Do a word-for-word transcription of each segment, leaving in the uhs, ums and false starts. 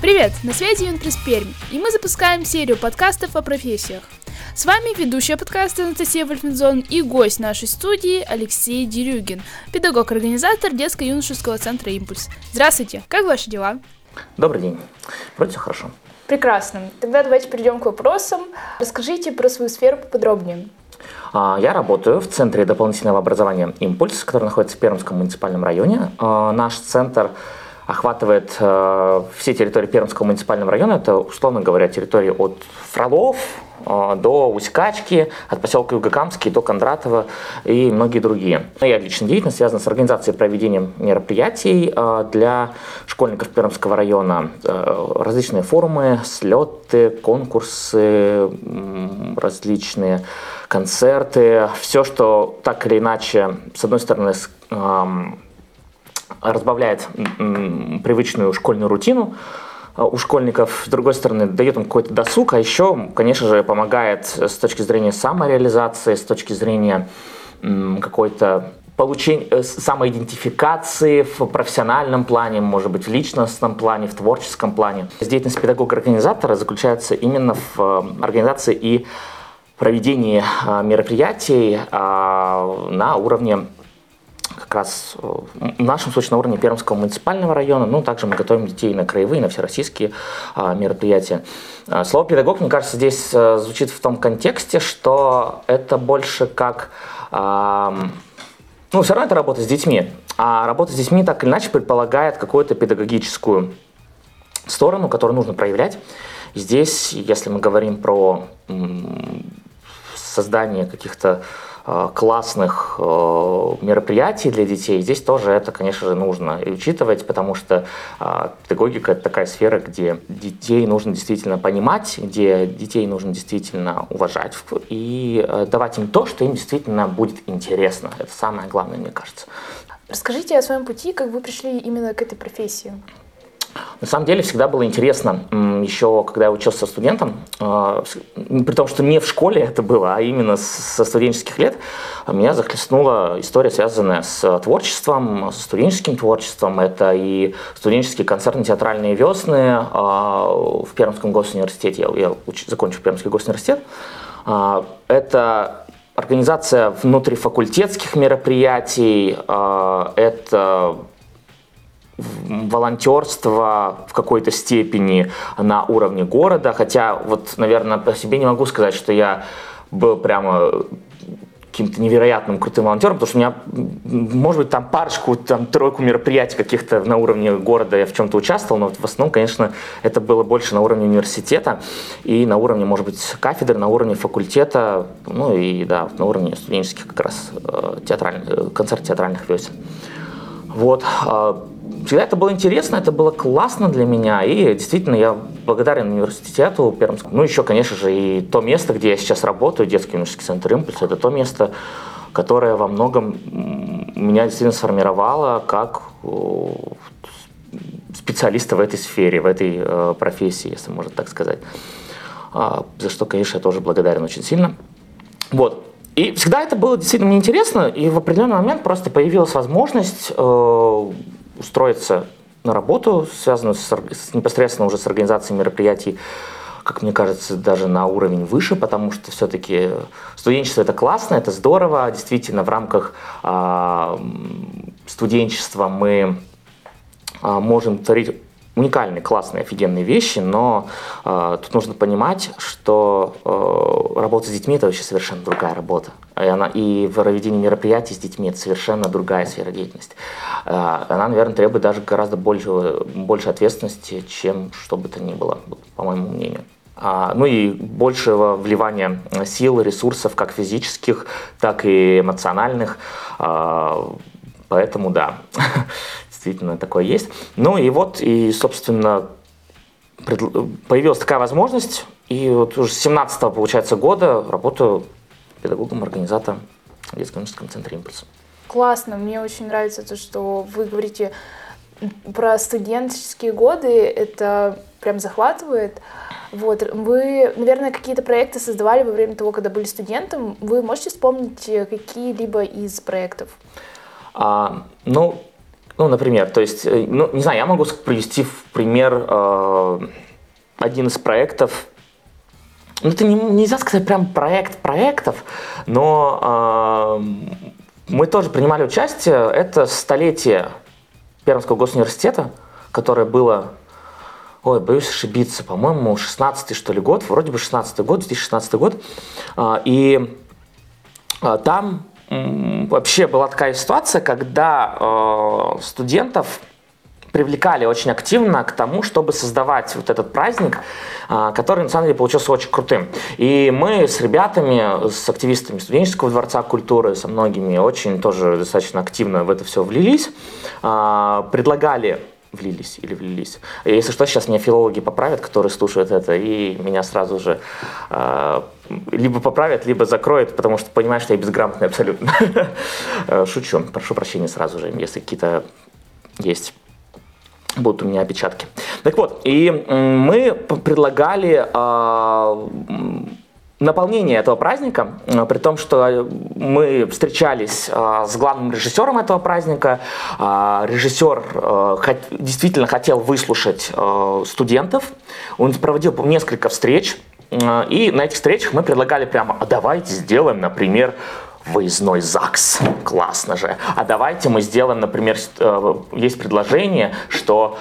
Привет! На связи Юнпресс Пермь, и мы запускаем серию подкастов о профессиях. С вами ведущая подкаста Анастасия Вольфензон и гость нашей студии Алексей Дерюгин, педагог-организатор детско-юношеского центра «Импульс». Здравствуйте! Как ваши дела? Добрый день. Вроде все хорошо. Прекрасно. Тогда давайте перейдем к вопросам. Расскажите про свою сферу поподробнее. Я работаю в Центре дополнительного образования «Импульс», который находится в Пермском муниципальном районе. Наш центр охватывает все территории Пермского муниципального района. Это, условно говоря, территории от Фролов до Усть-Качки, от поселка Югокамский до Кондратова и многие другие. Моя личная деятельность связана с организацией и проведением мероприятий для школьников Пермского района. Различные форумы, слеты, конкурсы, различные концерты. Все, что так или иначе, с одной стороны, разбавляет привычную школьную рутину у школьников, с другой стороны, дает им какой-то досуг, а еще, конечно же, помогает с точки зрения самореализации, с точки зрения какой-то получения, самоидентификации в профессиональном плане, может быть, в личностном плане, в творческом плане. Деятельность педагога-организатора заключается именно в организации и проведении мероприятий на уровне, как раз в нашем случае на уровне Пермского муниципального района, ну, также мы готовим детей на краевые, на всероссийские а, мероприятия. А, слово «педагог», мне кажется, здесь а, звучит в том контексте, что это больше как, а, ну, все равно это работа с детьми, а работа с детьми так или иначе предполагает какую-то педагогическую сторону, которую нужно проявлять. Здесь, если мы говорим про м, создание каких-то классных мероприятий для детей, здесь тоже это, конечно же, нужно учитывать, потому что педагогика – это такая сфера, где детей нужно действительно понимать, где детей нужно действительно уважать и давать им то, что им действительно будет интересно. Это самое главное, мне кажется. Расскажите о своем пути, как вы пришли именно к этой профессии. На самом деле всегда было интересно, еще когда я учился студентом, при том, что не в школе это было, а именно со студенческих лет, меня захлестнула история, связанная с творчеством, со студенческим творчеством. Это и студенческие концертно-театральные весны в Пермском госуниверситете, я закончил Пермский госуниверситет. Это организация внутрифакультетских мероприятий, это волонтерство в какой-то степени на уровне города, хотя вот, наверное, по себе не могу сказать, что я был прямо каким-то невероятным крутым волонтером, потому что у меня, может быть, там парочку, там тройку мероприятий каких-то на уровне города я в чем-то участвовал, но в основном, конечно, это было больше на уровне университета и на уровне, может быть, кафедры, на уровне факультета, ну и, да, на уровне студенческих как раз театральных, концерт театральных весен. Вот. Всегда это было интересно, это было классно для меня, и действительно я благодарен университету Пермскому. Ну, еще, конечно же, и то место, где я сейчас работаю, детский юношеский центр «Импульс», это то место, которое во многом меня действительно сформировало как специалиста в этой сфере, в этой профессии, если можно так сказать. За что, конечно, я тоже благодарен очень сильно. Вот. И всегда это было действительно мне интересно, и в определенный момент просто появилась возможность э, устроиться на работу, связанную с, с, непосредственно уже с организацией мероприятий, как мне кажется, даже на уровень выше, потому что все-таки студенчество – это классно, это здорово. Действительно, в рамках э, студенчества мы э, можем творить уникальные, классные, офигенные вещи, но э, тут нужно понимать, что э, работа с детьми – это вообще совершенно другая работа. И, она, и проведение мероприятий с детьми – это совершенно другая сфера деятельности. Э, она, наверное, требует даже гораздо больше, больше ответственности, чем что бы то ни было, по моему мнению. А, ну и большего вливания сил, ресурсов, как физических, так и эмоциональных. А, поэтому да. Действительно, такое есть. Ну и вот, и, собственно, появилась такая возможность, и вот уже с семнадцатого, получается, года работаю педагогом-организатором в детском юношеском центре «Импульс». Классно, мне очень нравится то, что вы говорите про студенческие годы, это прям захватывает. Вот. Вы, наверное, какие-то проекты создавали во время того, когда были студентом. Вы можете вспомнить какие-либо из проектов? А, ну, Ну, например, то есть, ну, не знаю, я могу привести в пример э, один из проектов. Ну, это не, нельзя сказать прям проект проектов, но э, мы тоже принимали участие. Это столетие Пермского госуниверситета, которое было, ой, боюсь ошибиться, по-моему, шестнадцатый, что ли, год, вроде бы шестнадцатый год, две тысячи шестнадцатый год. Э, и э, там вообще была такая ситуация, когда э, студентов привлекали очень активно к тому, чтобы создавать вот этот праздник, э, который на самом деле получился очень крутым. И мы с ребятами, с активистами студенческого дворца культуры, со многими очень тоже достаточно активно в это все влились, э, предлагали влились или влились. Если что, сейчас меня филологи поправят, которые слушают это, и меня сразу же э, либо поправят, либо закроют, потому что понимают, что я безграмотный абсолютно. Шучу. Прошу прощения сразу же, если какие-то есть, будут у меня опечатки. Так вот, и мы предлагали э, наполнение этого праздника, при том, что мы встречались с главным режиссером этого праздника. Режиссер действительно хотел выслушать студентов. Он проводил несколько встреч. И на этих встречах мы предлагали прямо, а давайте сделаем, например, выездной ЗАГС. Классно же. А давайте мы сделаем, например, есть предложение, что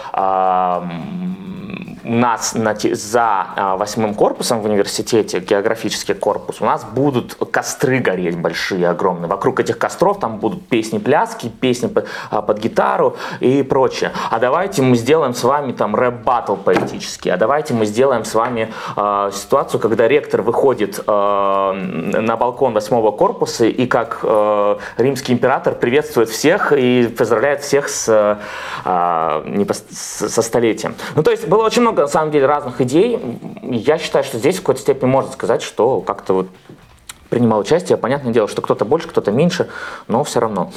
у нас на, за а, восьмым корпусом в университете, географический корпус, у нас будут костры гореть большие, огромные. Вокруг этих костров там будут песни-пляски, песни под, а, под гитару и прочее. А давайте мы сделаем с вами там рэп-баттл поэтический. А давайте мы сделаем с вами а, ситуацию, когда ректор выходит а, на балкон восьмого корпуса и как а, римский император приветствует всех и поздравляет всех с, а, не по, с, со столетием. Ну, то есть было очень много на самом деле разных идей. Я считаю, что здесь в какой-то степени можно сказать, что как-то вот принимал участие. Понятное дело, что кто-то больше, кто-то меньше, но все равно.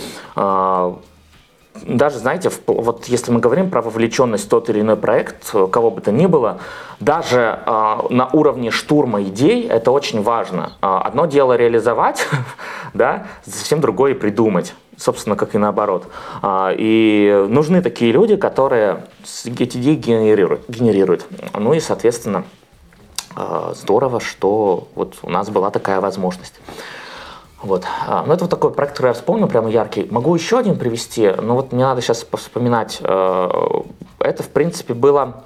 Даже, знаете, вот если мы говорим про вовлеченность в тот или иной проект, кого бы то ни было, даже на уровне штурма идей это очень важно. Одно дело реализовать, да, совсем другое придумать. Собственно, как и наоборот. И нужны такие люди, которые эти идеи генерируют. генерируют. Ну и, соответственно, здорово, что вот у нас была такая возможность. Вот. Ну, это вот такой проект, который я вспомнил, прямо яркий. Могу еще один привести, но вот мне надо сейчас вспоминать. Это, в принципе, было...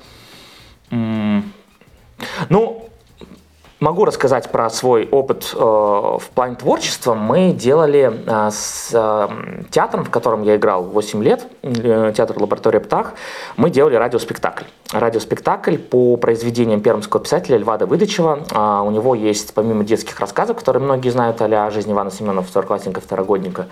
Ну... Могу рассказать про свой опыт э, в плане творчества. Мы делали э, с э, театром, в котором я играл восемь лет, э, театр «Лаборатория Птах», мы делали радиоспектакль. Радиоспектакль по произведениям пермского писателя Льва Давыдычева. Э, у него есть, помимо детских рассказов, которые многие знают а-ля «Жизнь Ивана Семенова», второклассника, второгодника,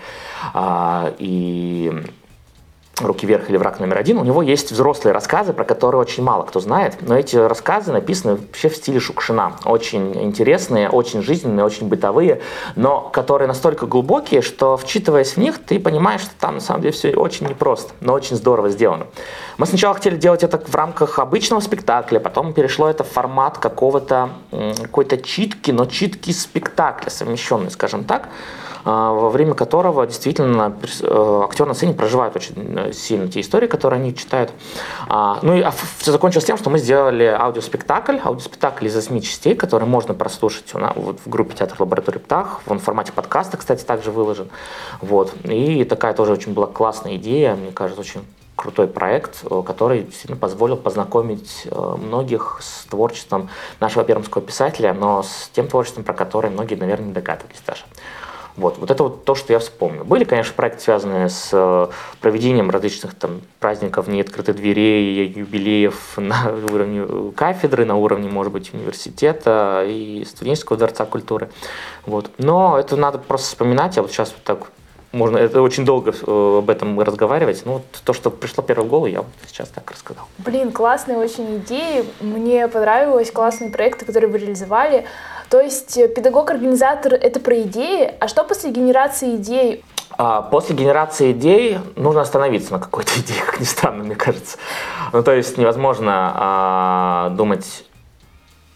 э, и... «Руки вверх» или «Враг номер один», у него есть взрослые рассказы, про которые очень мало кто знает, но эти рассказы написаны вообще в стиле Шукшина. Очень интересные, очень жизненные, очень бытовые, но которые настолько глубокие, что, вчитываясь в них, ты понимаешь, что там на самом деле все очень непросто, но очень здорово сделано. Мы сначала хотели делать это в рамках обычного спектакля, потом перешло это в формат какого-то, какой-то читки, но читки спектакля, совмещенный, скажем так, во время которого действительно актер на сцене проживает очень сильно те истории, которые они читают. Ну и все закончилось тем, что мы сделали аудиоспектакль, аудиоспектакль из восьми частей, который можно прослушать у нас, вот, в группе «Театр Лаборатории Птах». Он в формате подкаста, кстати, также выложен. Вот. И такая тоже очень была классная идея, мне кажется, очень крутой проект, который действительно позволил познакомить многих с творчеством нашего пермского писателя, но с тем творчеством, про которое многие, наверное, не догадывались даже. Вот, вот это вот то, что я вспомнил. Были, конечно, проекты, связанные с проведением различных там праздников, не открытых дверей, юбилеев на уровне кафедры, на уровне, может быть, университета и студенческого дворца культуры. Вот. Но это надо просто вспоминать, а вот сейчас вот так можно, это очень долго об этом разговаривать. Ну, вот то, что пришло первое в голову, я вот сейчас так рассказал. Блин, классные очень идеи. Мне понравилось, классные проекты, которые вы реализовали. То есть педагог-организатор — это про идеи, а что после генерации идей? А после генерации идей нужно остановиться на какой-то идее, как ни странно, мне кажется. Ну, то есть невозможно а, думать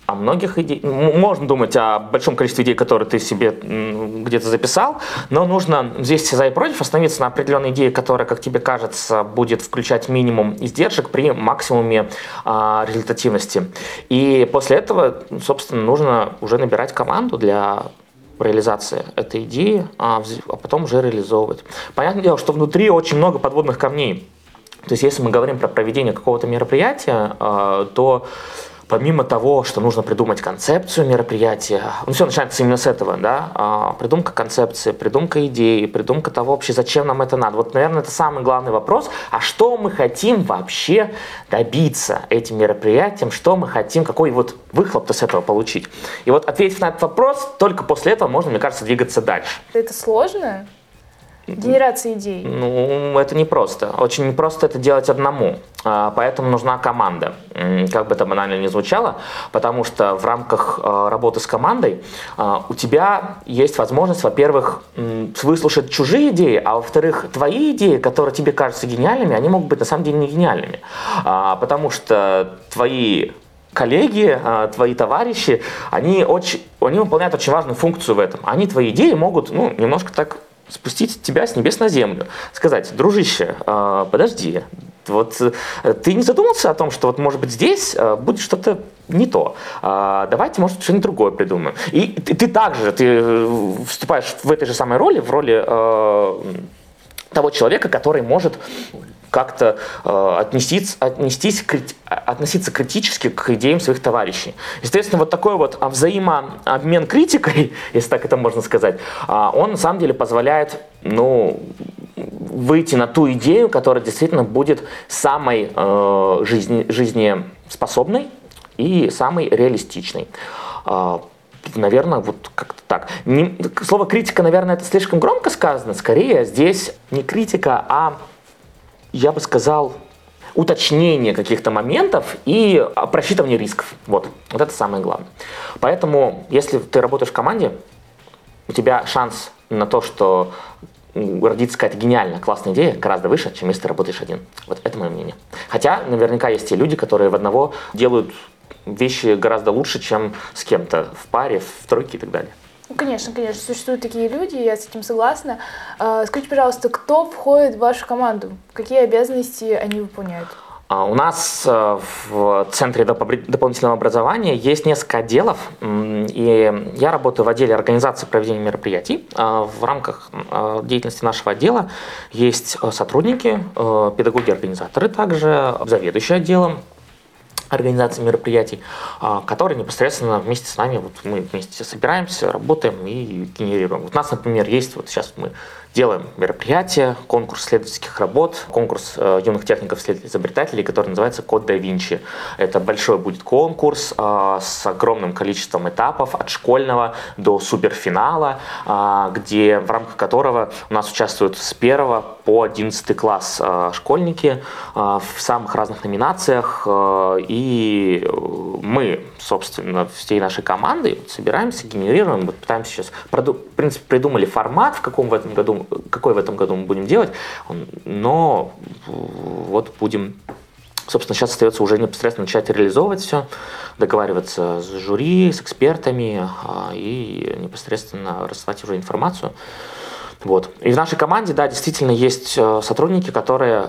о многих идеях. Можно думать о большом количестве идей, которые ты себе где-то записал, но нужно здесь все за и против остановиться на определенной идее, которая, как тебе кажется, будет включать минимум издержек при максимуме а, результативности. И после этого, собственно, нужно уже набирать команду для реализации этой идеи, а, а потом уже реализовывать. Понятное дело, что внутри очень много подводных камней. То есть, если мы говорим про проведение какого-то мероприятия, а, то помимо того, что нужно придумать концепцию мероприятия, ну все начинается именно с этого, да, придумка концепции, придумка идеи, придумка того вообще, зачем нам это надо. Вот, наверное, это самый главный вопрос, а что мы хотим вообще добиться этим мероприятием, что мы хотим, какой вот выхлоп-то с этого получить. И вот ответив на этот вопрос, только после этого можно, мне кажется, двигаться дальше. Это сложно? Генерация идей? Ну, это непросто. Очень непросто это делать одному. Поэтому нужна команда. Как бы это банально ни звучало, потому что в рамках работы с командой у тебя есть возможность, во-первых, выслушать чужие идеи, а во-вторых, твои идеи, которые тебе кажутся гениальными, они могут быть на самом деле не гениальными. Потому что твои коллеги, твои товарищи, они, очень, они выполняют очень важную функцию в этом. Они твои идеи могут, ну, немножко так спустить тебя с небес на землю, сказать: дружище, подожди, вот ты не задумался о том, что вот может быть здесь будет что-то не то, давайте, может, что-нибудь другое придумаем. И ты, ты также ты вступаешь в этой же самой роли, в роли э, того человека, который может как-то э, отнестись, отнестись, крити, относиться критически к идеям своих товарищей. Естественно, вот такой вот взаимообмен критикой, если так это можно сказать, э, он на самом деле позволяет, ну, выйти на ту идею, которая действительно будет самой э, жизни, жизнеспособной и самой реалистичной. Э, Наверное, вот как-то так. Не, слово критика, наверное, это слишком громко сказано. Скорее, здесь не критика, а, я бы сказал, уточнение каких-то моментов и просчитывание рисков. Вот, вот это самое главное. Поэтому, если ты работаешь в команде, у тебя шанс на то, что родится какая-то гениальная, классная идея, гораздо выше, чем если ты работаешь один. Вот это мое мнение. Хотя, наверняка, есть те люди, которые в одного делают вещи гораздо лучше, чем с кем-то в паре, в тройке и так далее. Ну, конечно, конечно, существуют такие люди, я с этим согласна. А, скажите, пожалуйста, кто входит в вашу команду? Какие обязанности они выполняют? А, у нас а, в Центре доп- дополнительного образования есть несколько отделов, и я работаю в отделе организации проведения мероприятий. А, в рамках а, деятельности нашего отдела есть сотрудники, а, педагоги-организаторы, также заведующий отделом организации мероприятий, которые непосредственно вместе с нами, вот мы вместе собираемся, работаем и генерируем. Вот у нас, например, есть, вот сейчас мы делаем мероприятие, конкурс исследовательских работ, конкурс э, юных техников-изобретателей, который называется «Код да Винчи». Это большой будет конкурс э, с огромным количеством этапов, от школьного до суперфинала, э, где, в рамках которого у нас участвуют с первого по одиннадцатый класс э, школьники э, в самых разных номинациях. Э, и мы, собственно, всей нашей командой вот, собираемся, генерируем, вот, пытаемся сейчас, проду- в принципе, придумали формат, в каком в этом году какой в этом году мы будем делать, но вот будем, собственно, сейчас остается уже непосредственно начать реализовывать все, договариваться с жюри, с экспертами и непосредственно рассылать уже информацию. Вот. И в нашей команде, да, действительно есть сотрудники, которые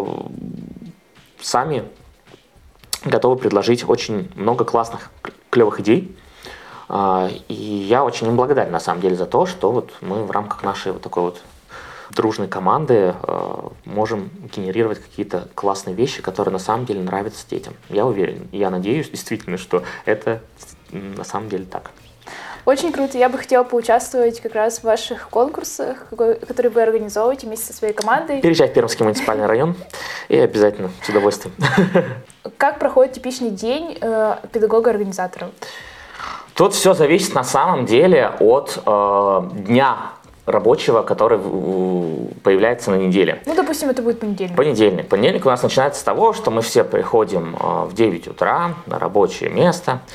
сами готовы предложить очень много классных, клевых идей. И я очень им благодарен, на самом деле, за то, что вот мы в рамках нашей вот такой вот дружной команды можем генерировать какие-то классные вещи, которые на самом деле нравятся детям. Я уверен, я надеюсь действительно, что это на самом деле так. Очень круто. Я бы хотела поучаствовать как раз в ваших конкурсах, которые вы организовываете вместе со своей командой. Переезжай в Пермский муниципальный район и обязательно с удовольствием. Как проходит типичный день э, педагога-организатора? Тут все зависит на самом деле от э, дня рабочего, который появляется на неделе. Ну, допустим, это будет понедельник. Понедельник. Понедельник у нас начинается с того, что мы все приходим э, в девять утра на рабочее место.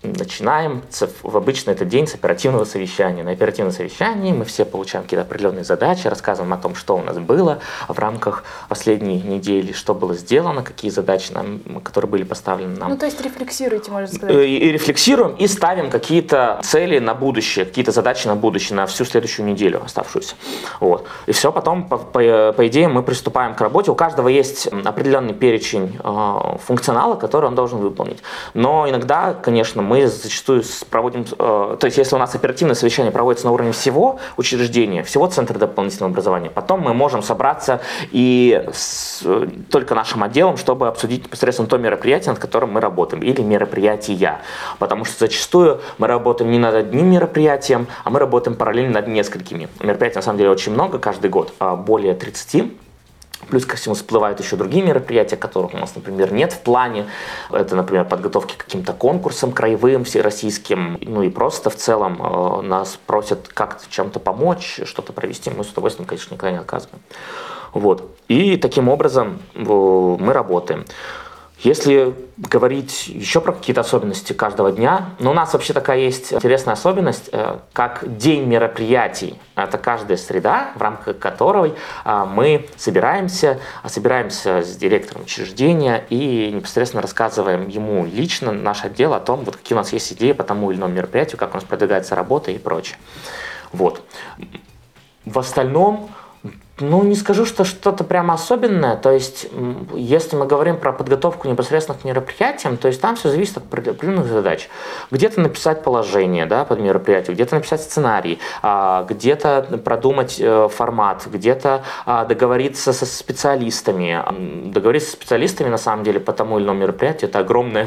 начинаем в обычный этот день с оперативного совещания. На оперативном совещании мы все получаем какие-то определенные задачи, рассказываем о том, что у нас было в рамках последней недели, что было сделано, какие задачи, нам, которые были поставлены нам. Ну, то есть рефлексируете, можно сказать. И, и рефлексируем, и ставим какие-то цели на будущее, какие-то задачи на будущее, на всю следующую неделю оставшуюся. Вот. И все, потом, по, по, по идее, мы приступаем к работе. У каждого есть определенный перечень э, функционала, который он должен выполнить. Но иногда, конечно, мы зачастую проводим, э, то есть если у нас оперативное совещание проводится на уровне всего учреждения, всего Центра дополнительного образования, потом мы можем собраться и с только нашим отделом, чтобы обсудить непосредственно то мероприятие, над которым мы работаем, или мероприятия. Потому что зачастую мы работаем не над одним мероприятием, а мы работаем параллельно над несколькими. Мероприятий на самом деле очень много, каждый год более тридцати. Плюс ко всему всплывают еще другие мероприятия, которых у нас, например, нет в плане. Это, например, подготовки к каким-то конкурсам краевым, всероссийским. Ну и просто в целом э, нас просят как-то чем-то помочь, что-то провести. Мы с удовольствием, конечно, никогда не отказываем. Вот. И таким образом э, мы работаем. Если говорить еще про какие-то особенности каждого дня, ну, у нас вообще такая есть интересная особенность, как день мероприятий. Это каждая среда, в рамках которой мы собираемся, собираемся с директором учреждения и непосредственно рассказываем ему лично, наше отдел, о том, вот какие у нас есть идеи по тому или иному мероприятию, как у нас продвигается работа и прочее. Вот. В остальном, ну, не скажу, что что-то прямо особенное. То есть, если мы говорим про подготовку непосредственно к мероприятиям, то есть там все зависит от определенных задач. Где-то написать положение, да, под мероприятие, где-то написать сценарий, где-то продумать формат, где-то договориться со специалистами. Договориться со специалистами, на самом деле, по тому или иному мероприятию, это огромное,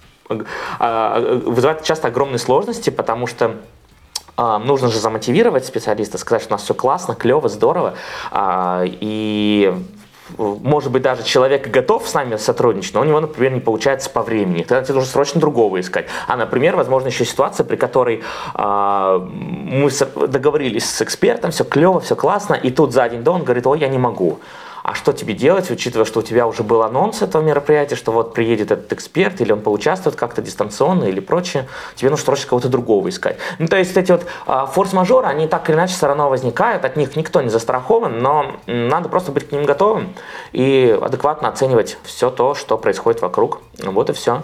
вызывает часто огромные сложности, потому что нужно же замотивировать специалиста, сказать, что у нас все классно, клево, здорово. И, может быть, даже человек готов с нами сотрудничать, но у него, например, не получается по времени. Тогда тебе нужно срочно другого искать. А, например, возможно, еще ситуация, при которой мы договорились с экспертом, все клево, все классно, и тут за день до он говорит: ой, я не могу. А что тебе делать, учитывая, что у тебя уже был анонс этого мероприятия, что вот приедет этот эксперт, или он поучаствует как-то дистанционно, или прочее, тебе нужно срочно кого-то другого искать. Ну, то есть эти вот а, форс-мажоры, они так или иначе все равно возникают, от них никто не застрахован, но надо просто быть к ним готовым и адекватно оценивать все то, что происходит вокруг. Вот и все.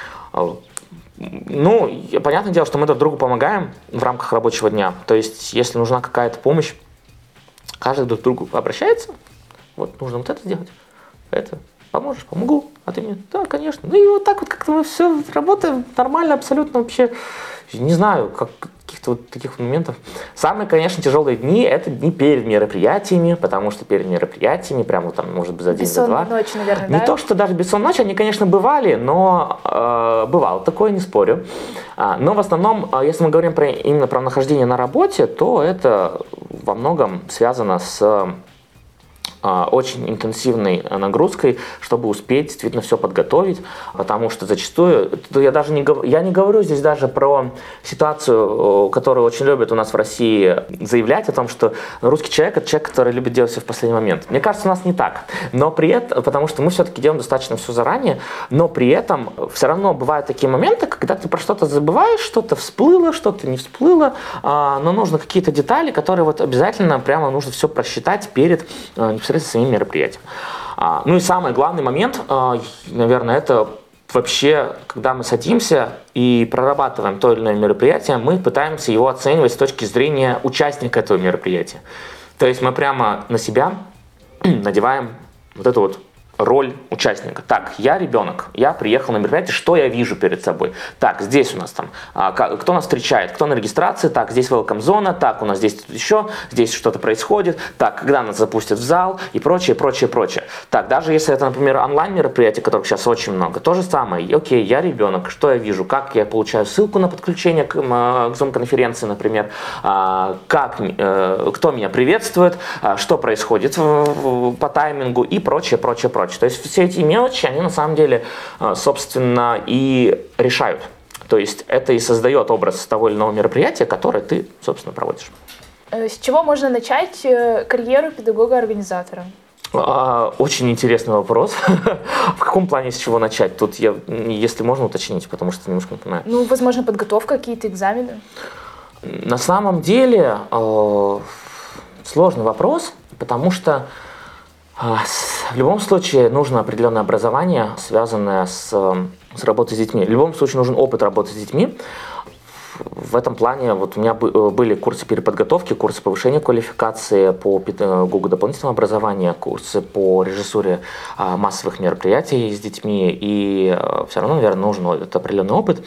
Ну, понятное дело, что мы друг другу помогаем в рамках рабочего дня. То есть, если нужна какая-то помощь, каждый друг к другу обращается. Вот, нужно вот это сделать, это, поможешь, помогу, а ты мне, да, конечно. Ну и вот так вот как-то мы все работаем нормально, абсолютно вообще, не знаю, как каких-то вот таких моментов. Самые, конечно, тяжелые дни – это дни перед мероприятиями, потому что перед мероприятиями, прямо там, может быть, за день, за два. Бессонная ночь, наверное, Не да? то, что даже бессонная ночь, они, конечно, бывали, но э, бывало такое, не спорю. А, но в основном, если мы говорим про, именно про нахождение на работе, то это во многом связано с очень интенсивной нагрузкой, чтобы успеть действительно все подготовить, потому что зачастую, я даже не, я не говорю здесь даже про ситуацию, которую очень любят у нас в России заявлять о том, что русский человек – это человек, который любит делать все в последний момент. Мне кажется, у нас не так, но при этом, потому что мы все-таки делаем достаточно все заранее, но при этом все равно бывают такие моменты, когда ты про что-то забываешь, что-то всплыло, что-то не всплыло, но нужно какие-то детали, которые вот обязательно прямо нужно все просчитать перед непосредственно самим мероприятием. А, ну и самый главный момент, а, наверное, это вообще, когда мы садимся и прорабатываем то или иное мероприятие, мы пытаемся его оценивать с точки зрения участника этого мероприятия. То есть мы прямо на себя надеваем вот эту вот роль участника. Так, я ребенок, я приехал на мероприятие, что я вижу перед собой? Так, здесь у нас там, а, кто нас встречает, кто на регистрации, так, здесь welcome-зона, так, у нас здесь еще, здесь что-то происходит, так, когда нас запустят в зал и прочее, прочее, прочее. Так, даже если это, например, онлайн-мероприятие, которых сейчас очень много, то же самое. Окей, я ребенок, что я вижу, как я получаю ссылку на подключение к, к Zoom-конференции, например, а, как, а, кто меня приветствует, а, что происходит в, в, по таймингу и прочее, прочее, прочее. То есть все эти мелочи, они на самом деле, собственно, и решают. То есть это и создает образ того или иного мероприятия, которое ты, собственно, проводишь. С чего можно начать карьеру педагога-организатора? А, очень интересный вопрос. В каком плане, с чего начать? Тут я, если можно, уточнить, потому что немножко не понимаю. Ну, возможно, подготовка, какие-то экзамены. На самом деле э, сложный вопрос, потому что э, с, в любом случае нужно определенное образование, связанное с, с работой с детьми. В любом случае нужен опыт работы с детьми. В этом плане вот у меня были курсы переподготовки, курсы повышения квалификации по педагогу дополнительного образования, курсы по режиссуре массовых мероприятий с детьми, и все равно, наверное, нужен этот определенный опыт,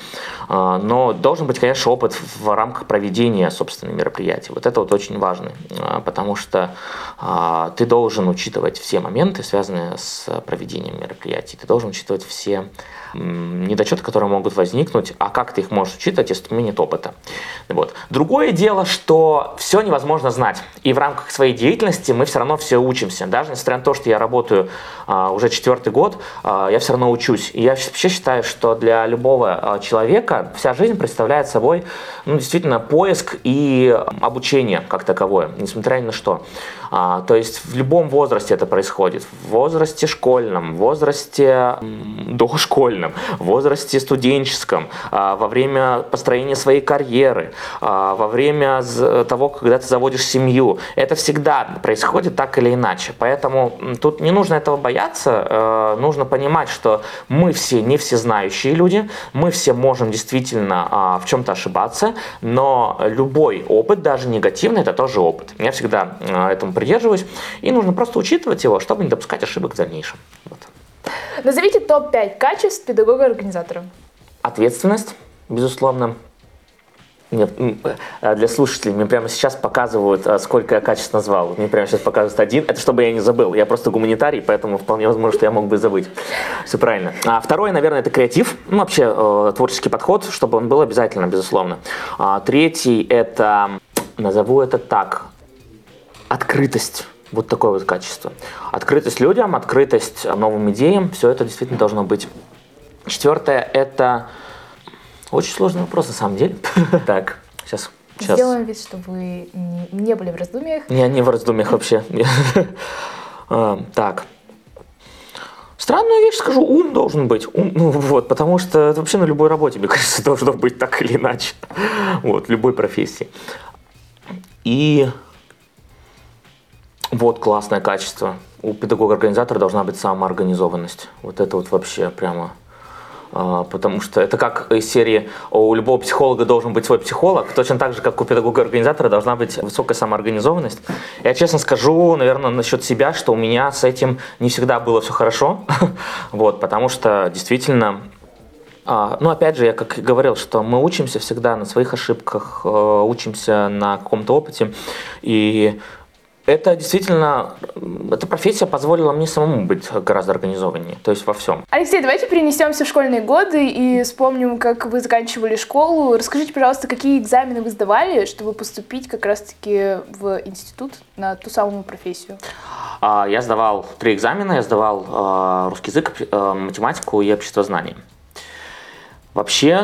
но должен быть, конечно, опыт в рамках проведения, собственно, мероприятий. Вот это вот очень важно, потому что ты должен учитывать все моменты, связанные с проведением мероприятий, ты должен учитывать все недочеты, которые могут возникнуть, а как ты их можешь учитывать, если у тебя нет опыта. Вот. Другое дело, что все невозможно знать, и в рамках своей деятельности мы все равно все учимся. Даже несмотря на то, что я работаю а, уже четвертый год, а, я все равно учусь. И я вообще считаю, что для любого а, человека вся жизнь представляет собой ну, действительно поиск и обучение как таковое, несмотря ни на что. А, то есть в любом возрасте это происходит. В возрасте школьном, в возрасте дошкольном, в возрасте студенческом, во время построения своей карьеры, во время того, когда ты заводишь семью. Это всегда происходит так или иначе. Поэтому тут не нужно этого бояться. Нужно понимать, что мы все не всезнающие люди, мы все можем действительно в чем-то ошибаться, но любой опыт, даже негативный, это тоже опыт. Я всегда этому придерживаюсь, и нужно просто учитывать его, чтобы не допускать ошибок в дальнейшем. Вот. Назовите топ пять качеств педагога-организатора. Ответственность, безусловно. Мне, для слушателей мне прямо сейчас показывают, сколько я качеств назвал. Мне прямо сейчас показывают один. Это чтобы я не забыл. Я просто гуманитарий, поэтому вполне возможно, что я мог бы забыть. Все правильно. А второе, наверное, это креатив. Ну, вообще, э, творческий подход, чтобы он был обязательно, безусловно. А третий, это, назову это так, открытость. Вот такое вот качество. Открытость людям, открытость новым идеям. Все это действительно должно быть. Четвертое – это очень сложный вопрос на самом деле. Так, сейчас. сейчас. Сделаем вид, что вы не были в раздумьях. Я не в раздумьях вообще. Так. Странную вещь скажу, ум должен быть. Ум, ну, вот, потому что это вообще на любой работе, мне кажется, должно быть так или иначе. Вот, в любой профессии. И вот классное качество. У педагога-организатора должна быть самоорганизованность. Вот это вот вообще прямо... А, потому что это как из серии у любого психолога должен быть свой психолог, точно так же, как у педагога-организатора должна быть высокая самоорганизованность. Я честно скажу, наверное, насчет себя, что у меня с этим не всегда было все хорошо. Вот, потому что действительно... А, ну, опять же, я как и говорил, что мы учимся всегда на своих ошибках, учимся на каком-то опыте. И... Это действительно, эта профессия позволила мне самому быть гораздо организованнее, то есть во всем. Алексей, давайте перенесемся в школьные годы и вспомним, как вы заканчивали школу. Расскажите, пожалуйста, какие экзамены вы сдавали, чтобы поступить как раз-таки в институт на ту самую профессию? Я сдавал три экзамена, я сдавал русский язык, математику и обществознание. Вообще...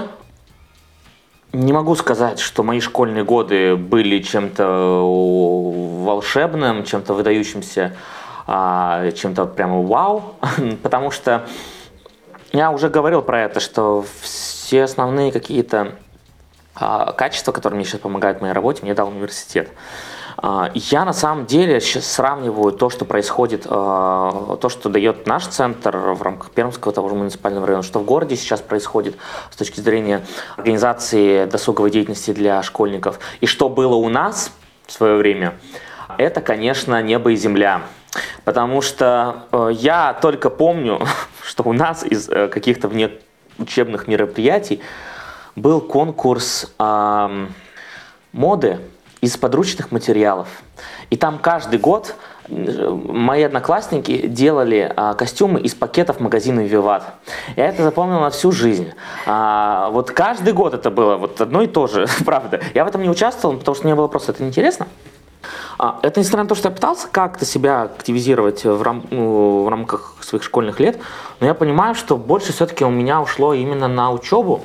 Не могу сказать, что мои школьные годы были чем-то волшебным, чем-то выдающимся, чем-то прямо вау, потому что я уже говорил про это, что все основные какие-то качества, которые мне сейчас помогают в моей работе, мне дал университет. Я на самом деле сейчас сравниваю то, что происходит, то, что дает наш центр в рамках Пермского того же муниципального района, что в городе сейчас происходит с точки зрения организации досуговой деятельности для школьников, и что было у нас в свое время, это, конечно, небо и земля. Потому что я только помню, что у нас из каких-то внеучебных мероприятий был конкурс э, моды из подручных материалов. И там каждый год мои одноклассники делали а, костюмы из пакетов магазина «Виват». Я это запомнил на всю жизнь. А, вот каждый год это было вот одно и то же, правда. Я в этом не участвовал, потому что мне было просто это неинтересно. А, это несмотря на то, что я пытался как-то себя активизировать в, рам, ну, в рамках своих школьных лет, но я понимаю, что больше все-таки у меня ушло именно на учебу.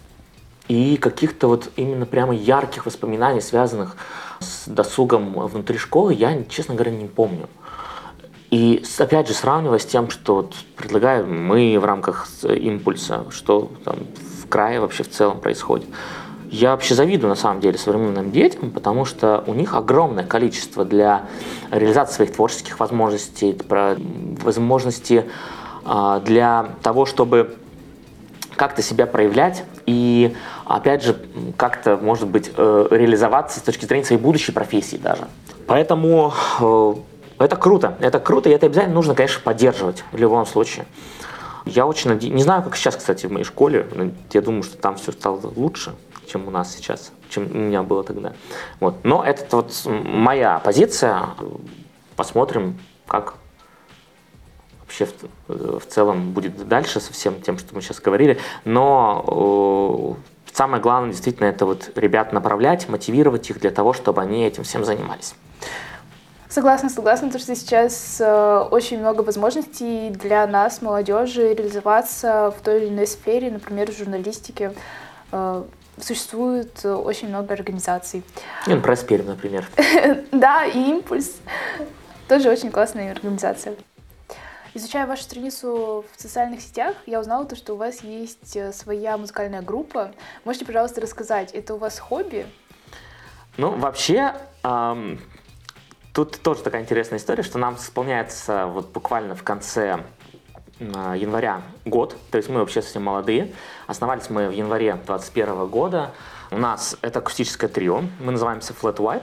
И каких-то вот именно прямо ярких воспоминаний, связанных с досугом внутри школы, я, честно говоря, не помню. И опять же, сравнивая с тем, что вот предлагаем мы в рамках импульса, что там в крае вообще в целом происходит. Я вообще завидую на самом деле современным детям, потому что у них огромное количество для реализации своих творческих возможностей, про возможности для того, чтобы как-то себя проявлять и, опять же, как-то, может быть, реализоваться с точки зрения своей будущей профессии даже. Поэтому это круто, это круто, и это обязательно нужно, конечно, поддерживать в любом случае. Я очень надеюсь, не знаю, как сейчас, кстати, в моей школе, я думаю, что там все стало лучше, чем у нас сейчас, чем у меня было тогда. Вот. Но это вот моя позиция, посмотрим, как вообще в, в целом будет дальше со всем тем, что мы сейчас говорили. Но э, самое главное, действительно, это вот ребят направлять, мотивировать их для того, чтобы они этим всем занимались. Согласна, согласна, потому что сейчас э, очень много возможностей для нас, молодежи, реализоваться в той или иной сфере, например, в журналистике. Э, существует очень много организаций. Инпресс Пермь, например. Да, и Импульс. Тоже очень классная организация. Изучая вашу страницу в социальных сетях, я узнала, то, что у вас есть своя музыкальная группа. Можете, пожалуйста, рассказать, это у вас хобби? Ну, вообще, эм, тут тоже такая интересная история, что нам исполняется вот буквально в конце э, января год, то есть мы вообще совсем молодые. Основались мы в январе двадцать первого года. У нас это акустическое трио, мы называемся Flat White.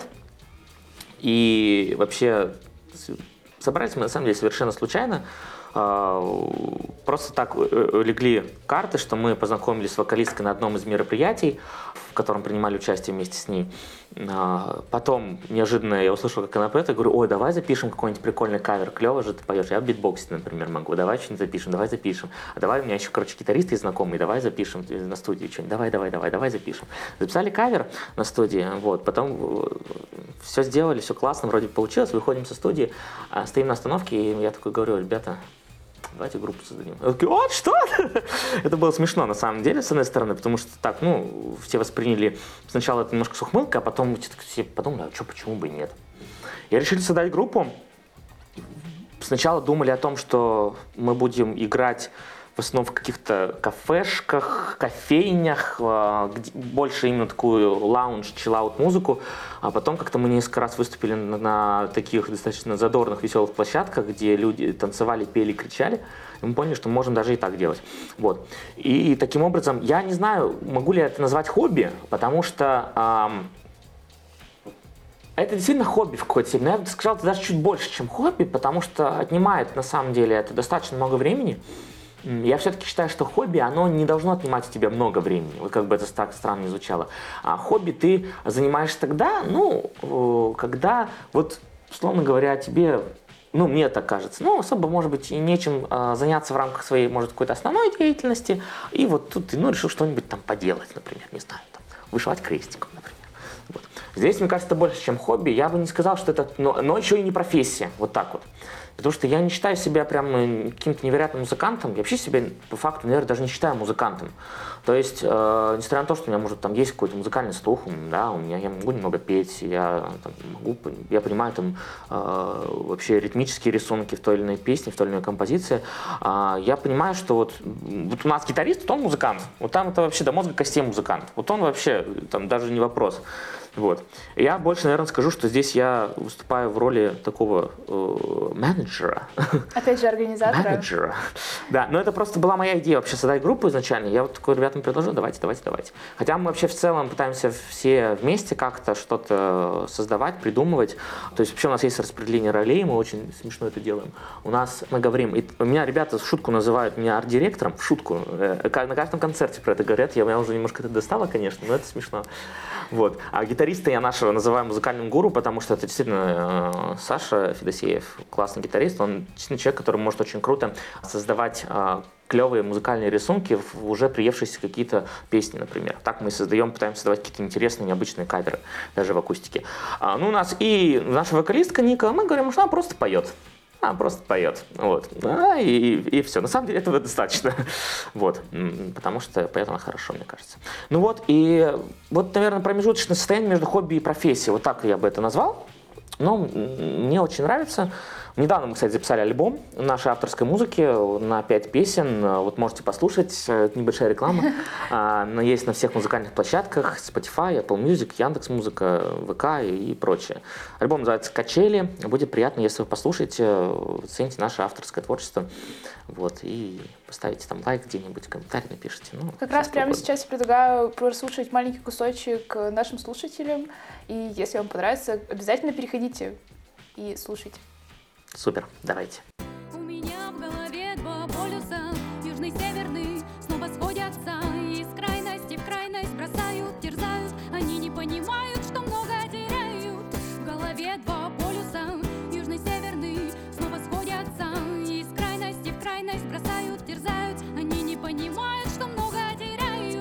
И вообще собрались мы на самом деле совершенно случайно. Просто так легли карты, что мы познакомились с вокалисткой на одном из мероприятий, в котором принимали участие вместе с ней. Потом неожиданно я услышал, как она поет, и говорю: ой, давай запишем какой-нибудь прикольный кавер, клево же ты поешь. Я в битбоксе, например, могу, давай что-нибудь запишем, давай запишем. А давай, у меня еще, короче, гитаристы есть знакомые, давай запишем на студии что-нибудь, давай, давай, давай, давай запишем. Записали кавер на студии, вот, потом все сделали, все классно, вроде получилось, выходим со студии, стоим на остановке, и я такой говорю: ребята, давайте группу создадим. Я такой: вот, что? Это было смешно, на самом деле, с одной стороны, потому что так, ну, все восприняли сначала это немножко с ухмылкой, а потом все подумали: а что, почему бы и нет? И решили создать группу. Сначала думали о том, что мы будем играть в основном в каких-то кафешках, кофейнях, где больше именно такую лаунж, чиллаут музыку. А потом как-то мы несколько раз выступили на, на таких достаточно задорных, веселых площадках, где люди танцевали, пели, кричали. И мы поняли, что можем даже и так делать. Вот. И таким образом, я не знаю, могу ли это назвать хобби, потому что эм, это действительно хобби в какой-то степени. Но я бы сказал, это даже чуть больше, чем хобби, потому что отнимает на самом деле это достаточно много времени. Я все-таки считаю, что хобби, оно не должно отнимать у тебя много времени, вот как бы это так странно не звучало. А хобби ты занимаешься тогда, ну, когда, вот, условно говоря, тебе, ну, мне так кажется, ну, особо, может быть, и нечем а, заняться в рамках своей, может, какой-то основной деятельности, и вот тут ты, ну, решил что-нибудь там поделать, например, не знаю, там, вышивать крестиком, например. Вот. Здесь, мне кажется, это больше, чем хобби. Я бы не сказал, что это, но, но еще и не профессия, вот так вот. Потому что я не считаю себя прям каким-то невероятным музыкантом. Я вообще себя, по факту, наверное, даже не считаю музыкантом. То есть, э, несмотря на то, что у меня, может, там есть какой-то музыкальный слух, да, у меня, я могу немного петь, я, там, могу, я понимаю там э, вообще ритмические рисунки в той или иной песне, в той или иной композиции. Э, я понимаю, что вот, вот у нас гитарист, вот он музыкант. Вот там это вообще до мозга костей музыкант. Вот он вообще, там даже не вопрос. Вот. Я больше, наверное, скажу, что здесь я выступаю в роли такого э, менеджера. Опять же, организатора. Менеджера. Да, но это просто была моя идея вообще создать группу изначально. Я вот такой ребятам предложил: давайте, давайте, давайте. Хотя мы вообще в целом пытаемся все вместе как-то что-то создавать, придумывать. То есть вообще у нас есть распределение ролей, мы очень смешно это делаем. У нас, мы говорим, и у меня ребята в шутку называют меня арт-директором, в шутку. На каждом концерте про это говорят, я, меня уже немножко это достало, конечно, но это смешно. Вот. А гитариста я нашего называю музыкальным гуру, потому что это действительно э, Саша Федосеев, классный гитарист, он действительно человек, который может очень круто создавать э, клевые музыкальные рисунки в уже приевшиеся какие-то песни, например. Так мы создаем, пытаемся создавать какие-то интересные, необычные каверы, даже в акустике. А, ну, у нас и наша вокалистка Ника, мы говорим, что она просто поет. Она просто поет, вот, а, и, и, и все. На самом деле этого достаточно, вот, потому что поет она хорошо, мне кажется. Ну вот, и вот, наверное, промежуточное состояние между хобби и профессией, вот так я бы это назвал. Но мне очень нравится, Недавно мы, кстати, записали альбом нашей авторской музыки на пять песен. Вот можете послушать, это небольшая реклама. Но есть на всех музыкальных площадках: Spotify, Apple Music, Яндекс.Музыка, ВК и прочее. Альбом называется «Качели». Будет приятно, если вы послушаете, цените наше авторское творчество. Вот, и поставите там лайк где-нибудь, комментарий напишите. Ну, как раз прямо угодно. Сейчас я предлагаю прослушать маленький кусочек нашим слушателям. И если вам понравится, обязательно переходите и слушайте. Супер, давайте. У меня в голове два полюса, южный, северный, снова сходятся и из крайности в крайность бросают, терзают. Они не понимают, что много теряют. В голове два полюса, южный, северный, снова сходятся и из крайности в крайность бросают, терзают. Они не понимают, что много теряют.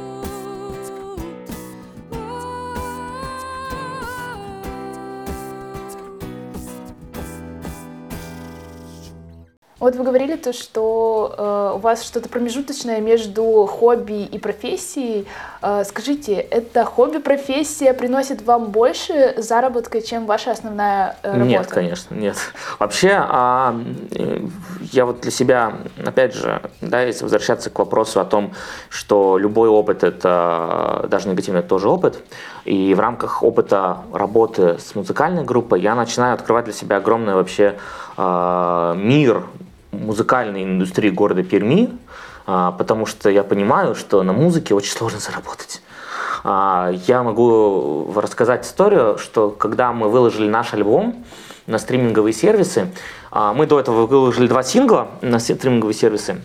Вот вы говорили то, что э, у вас что-то промежуточное между хобби и профессией. Э, скажите, это хобби-профессия приносит вам больше заработка, чем ваша основная э, работа? Нет, конечно, нет. Вообще, а, я вот для себя, опять же, да, если возвращаться к вопросу о том, что любой опыт – это даже негативный, это тоже опыт, и в рамках опыта работы с музыкальной группой я начинаю открывать для себя огромный вообще э, мир музыкальной индустрии города Перми, потому что я понимаю, что на музыке очень сложно заработать. Я могу рассказать историю, что когда мы выложили наш альбом на стриминговые сервисы, мы до этого выложили два сингла на стриминговые сервисы,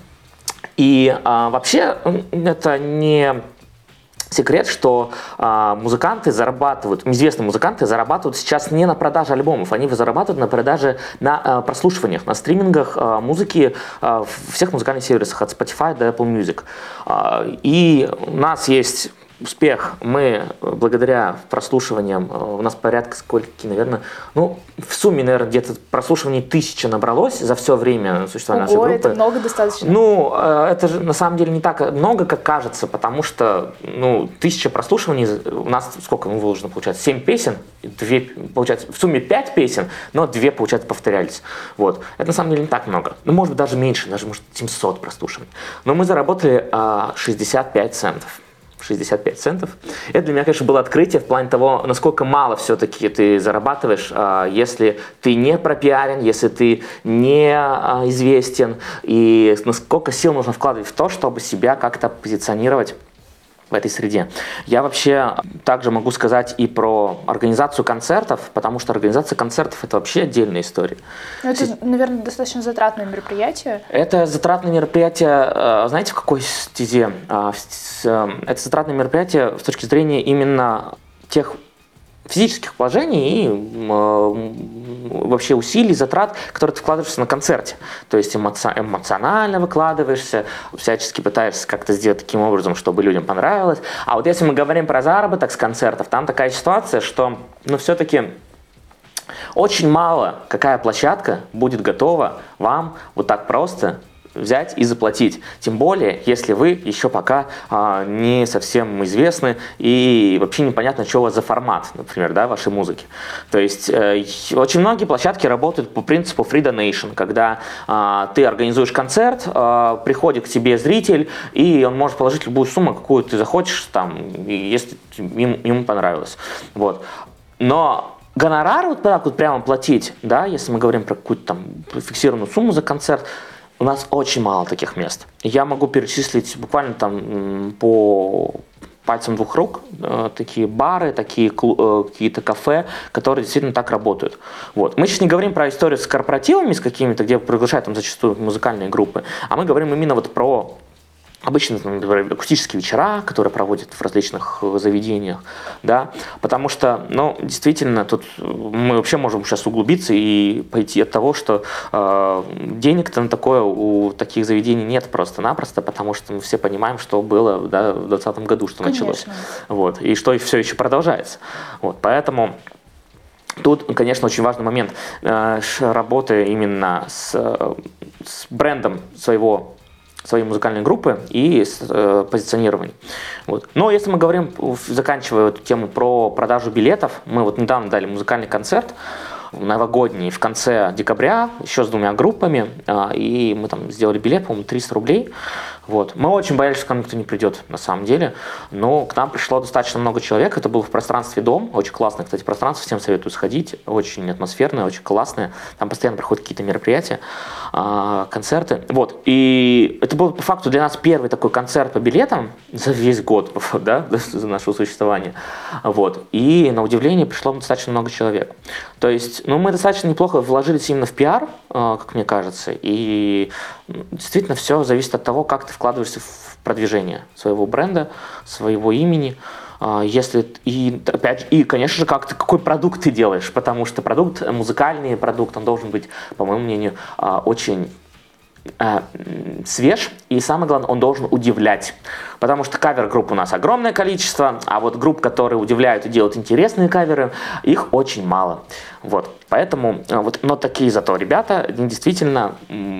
и вообще это не секрет, что а, музыканты зарабатывают, известные музыканты зарабатывают сейчас не на продаже альбомов, они зарабатывают на продаже, на а, прослушиваниях, на стримингах а, музыки а, в всех музыкальных сервисах от Spotify до Apple Music. А, и у нас есть успех. Мы благодаря прослушиваниям, у нас порядка сколько, наверное, ну, в сумме, наверное, где-то прослушиваний тысяча набралось за все время существования Ого, нашей группы. Это много достаточно. Ну, это же на самом деле не так много, как кажется, потому что, ну, тысяча прослушиваний, у нас сколько, ну, выложено, получается, семь песен, две, получается, в сумме пять песен, но две, получается, повторялись. Вот. Это на самом деле не так много. Ну, может быть, даже меньше, даже, может, семьсот прослушиваний. Но мы заработали а, шестьдесят пять центов. шестьдесят пять центов. Это для меня, конечно, было открытие в плане того, насколько мало все-таки ты зарабатываешь, если ты не пропиарен, если ты не известен, и насколько сил нужно вкладывать в то, чтобы себя как-то позиционировать в этой среде. Я вообще также могу сказать и про организацию концертов, потому что организация концертов – это вообще отдельная история. Но это, наверное, достаточно затратное мероприятие. Это затратное мероприятие, знаете, в какой стезе? Это затратное мероприятие с точки зрения именно тех физических вложений и э, вообще усилий, затрат, которые ты вкладываешься на концерте. То есть эмоци- эмоционально выкладываешься, всячески пытаешься как-то сделать таким образом, чтобы людям понравилось. А вот если мы говорим про заработок с концертов, там такая ситуация, что, ну, все-таки очень мало какая площадка будет готова вам вот так просто взять и заплатить. Тем более, если вы еще пока а, не совсем известны и вообще непонятно, что у вас за формат, например, да, вашей музыки. То есть э, очень многие площадки работают по принципу free donation, когда а, ты организуешь концерт, а, приходит к тебе зритель, и он может положить любую сумму, какую ты захочешь, там, если ему, ему понравилось. Вот. Но гонорар вот так вот прямо платить, да, если мы говорим про какую-то там фиксированную сумму за концерт, у нас очень мало таких мест. Я могу перечислить буквально там по пальцам двух рук э, такие бары, такие э, какие-то кафе, которые действительно так работают. Вот. Мы сейчас не говорим про историю с корпоративами, с какими-то, где приглашают там зачастую музыкальные группы, а мы говорим именно вот про обычно, например, акустические вечера, которые проводят в различных заведениях, да, потому что, ну, действительно, тут мы вообще можем сейчас углубиться и пойти от того, что э, денег-то на такое у таких заведений нет просто-напросто, потому что мы все понимаем, что было, да, в двадцатом году, что Конечно. началось, вот, и что все еще продолжается, вот, поэтому тут, конечно, очень важный момент э, работы именно с, с брендом своего своей музыкальной группы и с, э, позиционированием. Вот. Но если мы говорим, заканчивая эту тему про продажу билетов, мы вот недавно дали музыкальный концерт, новогодний в конце декабря, еще с двумя группами, и мы там сделали билет, по-моему, триста рублей. Вот. Мы очень боялись, что к нам никто не придет, на самом деле, но к нам пришло достаточно много человек, это было в пространстве «Дом», очень классное, кстати, пространство, всем советую сходить, очень атмосферное, очень классное, там постоянно проходят какие-то мероприятия, концерты, вот, и это был по факту для нас первый такой концерт по билетам за весь год, да, за нашего существования, вот, и на удивление пришло достаточно много человек, то есть, ну, мы достаточно неплохо вложились именно в пиар, как мне кажется, и действительно все зависит от того, как ты вкладываешься в продвижение своего бренда, своего имени, если и опять и конечно же как ты какой продукт ты делаешь, потому что продукт музыкальный продукт он должен быть, по моему мнению, очень свеж и самое главное он должен удивлять, потому что кавер-групп у нас огромное количество, а вот групп, которые удивляют и делают интересные каверы, их очень мало, вот поэтому вот, но такие зато ребята они действительно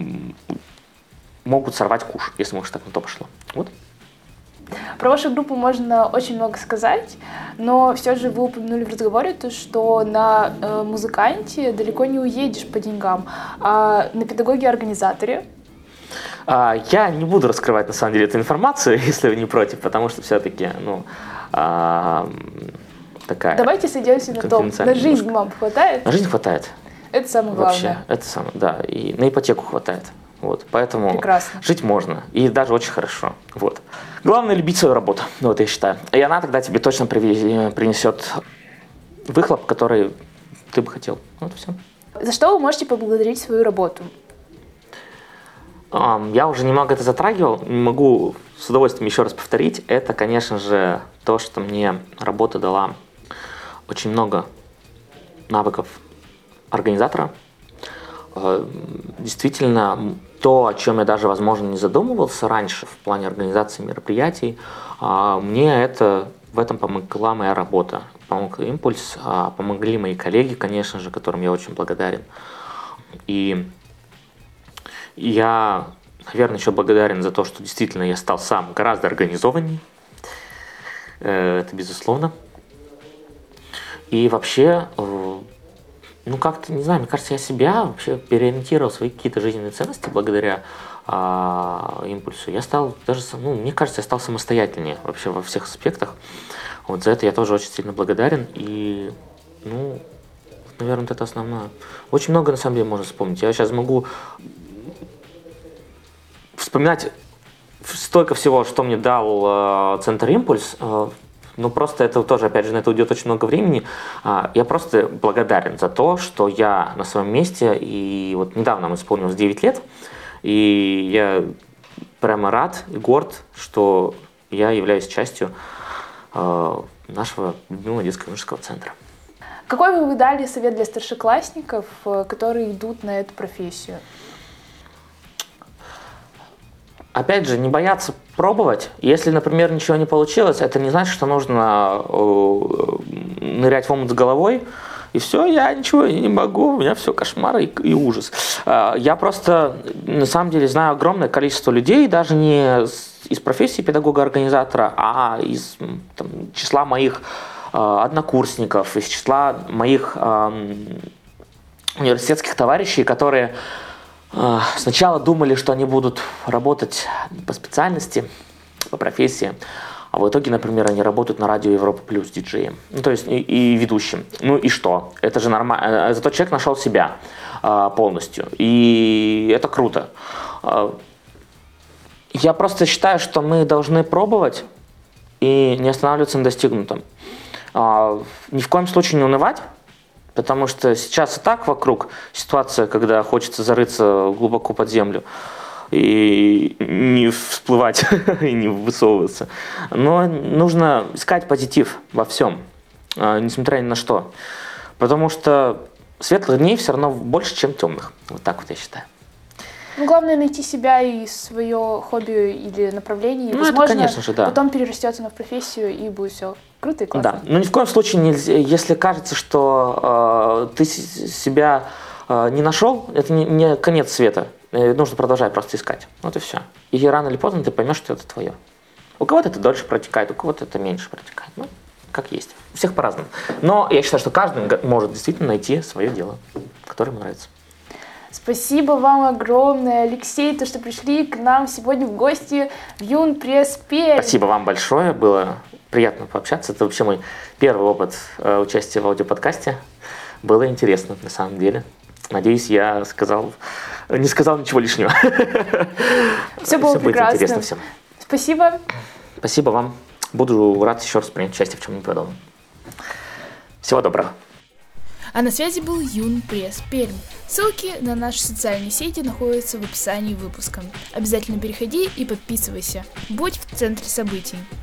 могут сорвать куш, если уж так на то пошло. Вот. Про вашу группу можно очень много сказать, но все же вы упомянули в разговоре то, что на э, музыканте далеко не уедешь по деньгам, а на педагоге-организаторе. А, я не буду раскрывать на самом деле эту информацию, если вы не против, потому что все-таки, ну, а, такая. Давайте сойдемся на том, на жизнь немножко. Вам хватает? На жизнь хватает. Это самое Вообще, главное. это самое, да, и на ипотеку хватает. Вот, поэтому прекрасно. Жить можно, и даже очень хорошо. Вот. Главное любить свою работу, вот я считаю. И она тогда тебе точно принесет выхлоп, который ты бы хотел. Вот все. За что вы можете поблагодарить свою работу? Um, я уже немного это затрагивал, могу с удовольствием еще раз повторить. Это, конечно же, то, что мне работа дала очень много навыков организатора. Действительно, то, о чем я даже, возможно, не задумывался раньше в плане организации мероприятий, мне это, в этом помогла моя работа. Помог «Импульс», помогли мои коллеги, конечно же, которым я очень благодарен. И я, наверное, еще благодарен за то, что действительно я стал сам гораздо организованнее. Это безусловно. И вообще... Ну, как-то, не знаю, мне кажется, я себя вообще переориентировал, свои какие-то жизненные ценности благодаря а, импульсу. Я стал даже, ну, мне кажется, я стал самостоятельнее вообще во всех аспектах. Вот за это я тоже очень сильно благодарен. И, ну, наверное, это основное. Очень много, на самом деле, можно вспомнить. Я сейчас могу вспоминать столько всего, что мне дал э, Центр «Импульс», э, ну, просто это тоже, опять же, на это уйдет очень много времени. Я просто благодарен за то, что я на своем месте. И вот недавно нам исполнилось девять лет. И я прямо рад и горд, что я являюсь частью нашего любимого детско-юношеского центра. Какой бы вы дали совет для старшеклассников, которые идут на эту профессию? Опять же, не бояться пробовать. Если, например, ничего не получилось, это не значит, что нужно нырять в омут с головой. И все, я ничего не могу, у меня все кошмар и, и ужас. Я просто, на самом деле, знаю огромное количество людей, даже не из профессии педагога-организатора, а из там, числа моих однокурсников, из числа моих университетских товарищей, которые... Сначала думали, что они будут работать по специальности, по профессии, а в итоге, например, они работают на радио Европа Плюс диджеем, ну, то есть и, и ведущим. Ну и что? Это же нормально. Зато человек нашел себя а, полностью, и это круто. А, я просто считаю, что мы должны пробовать и не останавливаться на достигнутом. А, ни в коем случае не унывать. Потому что сейчас и так вокруг ситуация, когда хочется зарыться глубоко под землю и не всплывать, и не высовываться. Но нужно искать позитив во всем, несмотря ни на что. Потому что светлых дней все равно больше, чем темных. Вот так вот я считаю. Ну, главное найти себя и свое хобби или направление. И, ну, возможно, это, конечно же, да. Потом перерастет оно в профессию, и будет все круто и классно. Да, но ни в коем случае нельзя, если кажется, что э, ты себя э, не нашел, это не, не конец света. Э, нужно продолжать просто искать. Вот и все. И рано или поздно ты поймешь, что это твое. У кого-то это дольше протекает, у кого-то это меньше протекает. Ну, как есть. У всех по-разному. Но я считаю, что каждый может действительно найти свое дело, которое ему нравится. Спасибо вам огромное, Алексей, то, что пришли к нам сегодня в гости в Юнпресс Пермь. Спасибо вам большое, было приятно пообщаться. Это вообще мой первый опыт э, участия в аудиоподкасте. Было интересно, на самом деле. Надеюсь, я сказал, не сказал ничего лишнего. Все было Все будет прекрасно. интересно всем. Спасибо. Спасибо вам. Буду рад еще раз принять участие в чем-нибудь подобном. Всего доброго. А на связи был Юнпресс Пермь. Ссылки на наши социальные сети находятся в описании выпуска. Обязательно переходи и подписывайся. Будь в центре событий.